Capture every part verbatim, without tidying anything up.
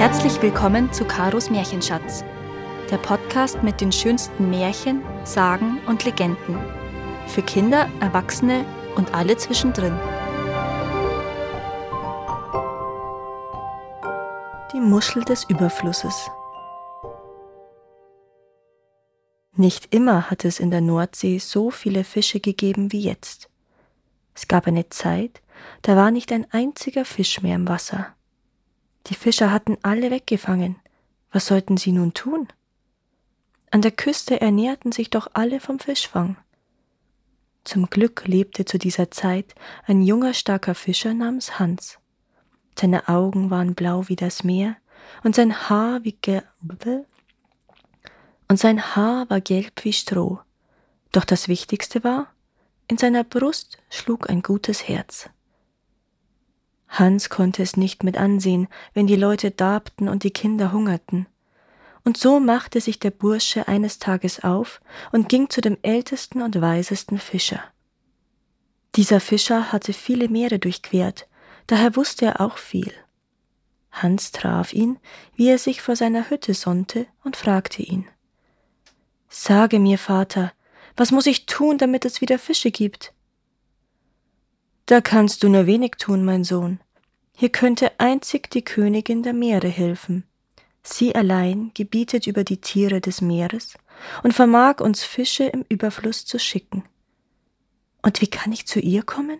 Herzlich willkommen zu Karos Märchenschatz, der Podcast mit den schönsten Märchen, Sagen und Legenden. Für Kinder, Erwachsene und alle zwischendrin. Die Muschel des Überflusses. Nicht immer hat es in der Nordsee so viele Fische gegeben wie jetzt. Es gab eine Zeit, da war nicht ein einziger Fisch mehr im Wasser. Die Fischer hatten alle weggefangen. Was sollten sie nun tun? An der Küste ernährten sich doch alle vom Fischfang. Zum Glück lebte zu dieser Zeit ein junger, starker Fischer namens Hans. Seine Augen waren blau wie das Meer und sein Haar wie ge- und sein Haar war gelb wie Stroh. Doch das Wichtigste war, in seiner Brust schlug ein gutes Herz. Hans konnte es nicht mit ansehen, wenn die Leute darbten und die Kinder hungerten. Und so machte sich der Bursche eines Tages auf und ging zu dem ältesten und weisesten Fischer. Dieser Fischer hatte viele Meere durchquert, daher wusste er auch viel. Hans traf ihn, wie er sich vor seiner Hütte sonnte, und fragte ihn: »Sage mir, Vater, was muss ich tun, damit es wieder Fische gibt?« »Da kannst du nur wenig tun, mein Sohn. Hier könnte einzig die Königin der Meere helfen. Sie allein gebietet über die Tiere des Meeres und vermag uns Fische im Überfluss zu schicken.« »Und wie kann ich zu ihr kommen?«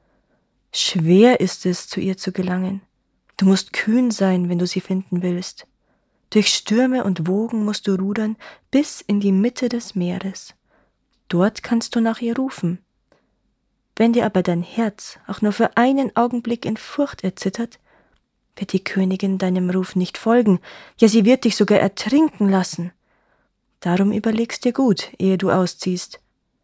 »Schwer ist es, zu ihr zu gelangen. Du musst kühn sein, wenn du sie finden willst. Durch Stürme und Wogen musst du rudern bis in die Mitte des Meeres. Dort kannst du nach ihr rufen. Wenn dir aber dein Herz auch nur für einen Augenblick in Furcht erzittert, wird die Königin deinem Ruf nicht folgen, ja, sie wird dich sogar ertrinken lassen. Darum überlegst dir gut, ehe du ausziehst.«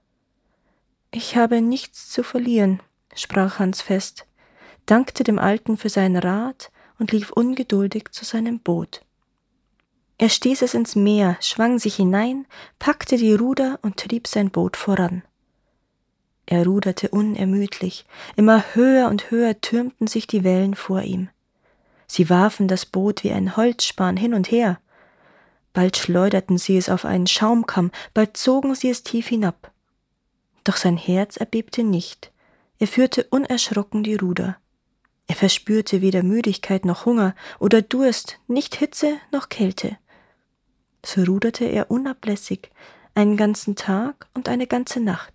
»Ich habe nichts zu verlieren«, sprach Hans fest, dankte dem Alten für seinen Rat und lief ungeduldig zu seinem Boot. Er stieß es ins Meer, schwang sich hinein, packte die Ruder und trieb sein Boot voran. Er ruderte unermüdlich, immer höher und höher türmten sich die Wellen vor ihm. Sie warfen das Boot wie ein Holzspan hin und her. Bald schleuderten sie es auf einen Schaumkamm, bald zogen sie es tief hinab. Doch sein Herz erbebte nicht, er führte unerschrocken die Ruder. Er verspürte weder Müdigkeit noch Hunger oder Durst, nicht Hitze noch Kälte. So ruderte er unablässig, einen ganzen Tag und eine ganze Nacht.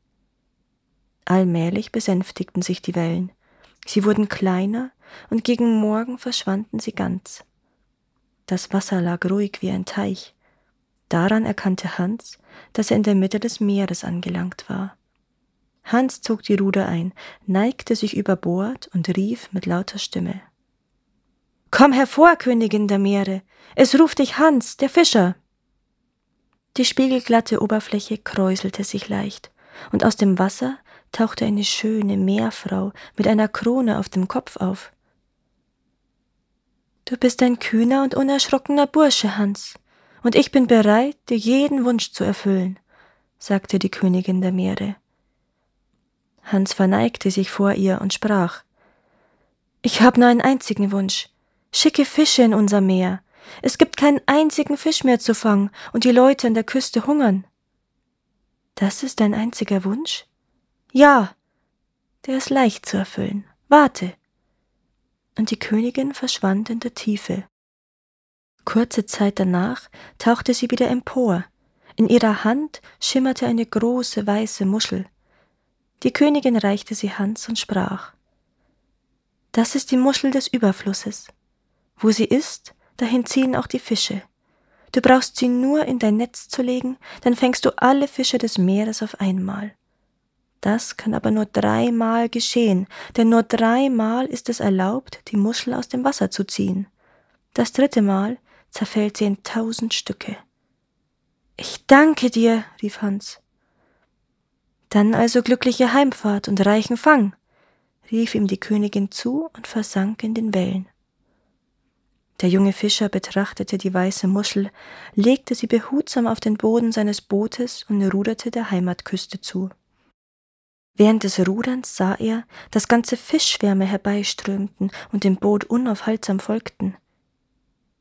Allmählich besänftigten sich die Wellen. Sie wurden kleiner und gegen Morgen verschwanden sie ganz. Das Wasser lag ruhig wie ein Teich. Daran erkannte Hans, dass er in der Mitte des Meeres angelangt war. Hans zog die Ruder ein, neigte sich über Bord und rief mit lauter Stimme: »Komm hervor, Königin der Meere! Es ruft dich Hans, der Fischer!« Die spiegelglatte Oberfläche kräuselte sich leicht, und aus dem Wasser tauchte eine schöne Meerfrau mit einer Krone auf dem Kopf auf. »Du bist ein kühner und unerschrockener Bursche, Hans, und ich bin bereit, dir jeden Wunsch zu erfüllen«, sagte die Königin der Meere. Hans verneigte sich vor ihr und sprach: »Ich habe nur einen einzigen Wunsch. Schicke Fische in unser Meer. Es gibt keinen einzigen Fisch mehr zu fangen, und die Leute an der Küste hungern.« »Das ist dein einziger Wunsch?« »Ja, der ist leicht zu erfüllen. Warte.« Und die Königin verschwand in der Tiefe. Kurze Zeit danach tauchte sie wieder empor. In ihrer Hand schimmerte eine große weiße Muschel. Die Königin reichte sie Hans und sprach: »Das ist die Muschel des Überflusses. Wo sie ist, dahin ziehen auch die Fische. Du brauchst sie nur in dein Netz zu legen, dann fängst du alle Fische des Meeres auf einmal. Das kann aber nur dreimal geschehen, denn nur dreimal ist es erlaubt, die Muschel aus dem Wasser zu ziehen. Das dritte Mal zerfällt sie in tausend Stücke.« »Ich danke dir«, rief Hans. »Dann also glückliche Heimfahrt und reichen Fang«, rief ihm die Königin zu und versank in den Wellen. Der junge Fischer betrachtete die weiße Muschel, legte sie behutsam auf den Boden seines Bootes und ruderte der Heimatküste zu. Während des Ruderns sah er, dass ganze Fischschwärme herbeiströmten und dem Boot unaufhaltsam folgten.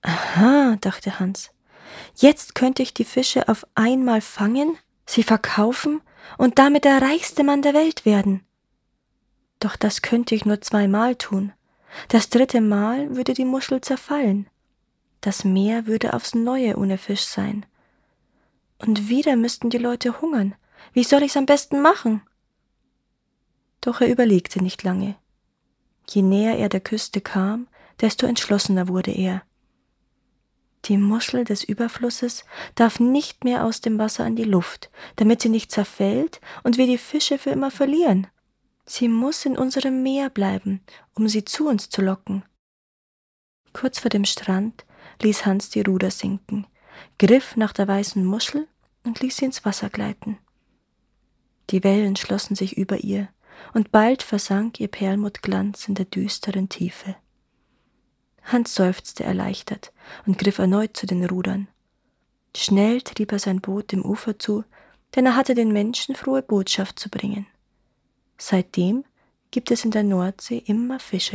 Aha, dachte Hans. Jetzt könnte ich die Fische auf einmal fangen, sie verkaufen und damit der reichste Mann der Welt werden. Doch das könnte ich nur zweimal tun. Das dritte Mal würde die Muschel zerfallen. Das Meer würde aufs Neue ohne Fisch sein. Und wieder müssten die Leute hungern. Wie soll ich's am besten machen? Doch er überlegte nicht lange. Je näher er der Küste kam, desto entschlossener wurde er. Die Muschel des Überflusses darf nicht mehr aus dem Wasser an die Luft, damit sie nicht zerfällt und wir die Fische für immer verlieren. Sie muss in unserem Meer bleiben, um sie zu uns zu locken. Kurz vor dem Strand ließ Hans die Ruder sinken, griff nach der weißen Muschel und ließ sie ins Wasser gleiten. Die Wellen schlossen sich über ihr, und bald versank ihr Perlmuttglanz in der düsteren Tiefe. Hans seufzte erleichtert und griff erneut zu den Rudern. Schnell trieb er sein Boot dem Ufer zu, denn er hatte den Menschen frohe Botschaft zu bringen. Seitdem gibt es in der Nordsee immer Fische.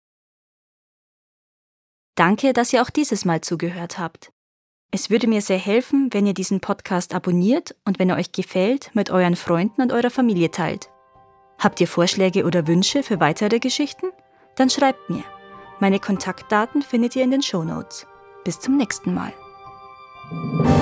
Danke, dass ihr auch dieses Mal zugehört habt. Es würde mir sehr helfen, wenn ihr diesen Podcast abonniert und wenn er euch gefällt, mit euren Freunden und eurer Familie teilt. Habt ihr Vorschläge oder Wünsche für weitere Geschichten? Dann schreibt mir. Meine Kontaktdaten findet ihr in den Shownotes. Bis zum nächsten Mal.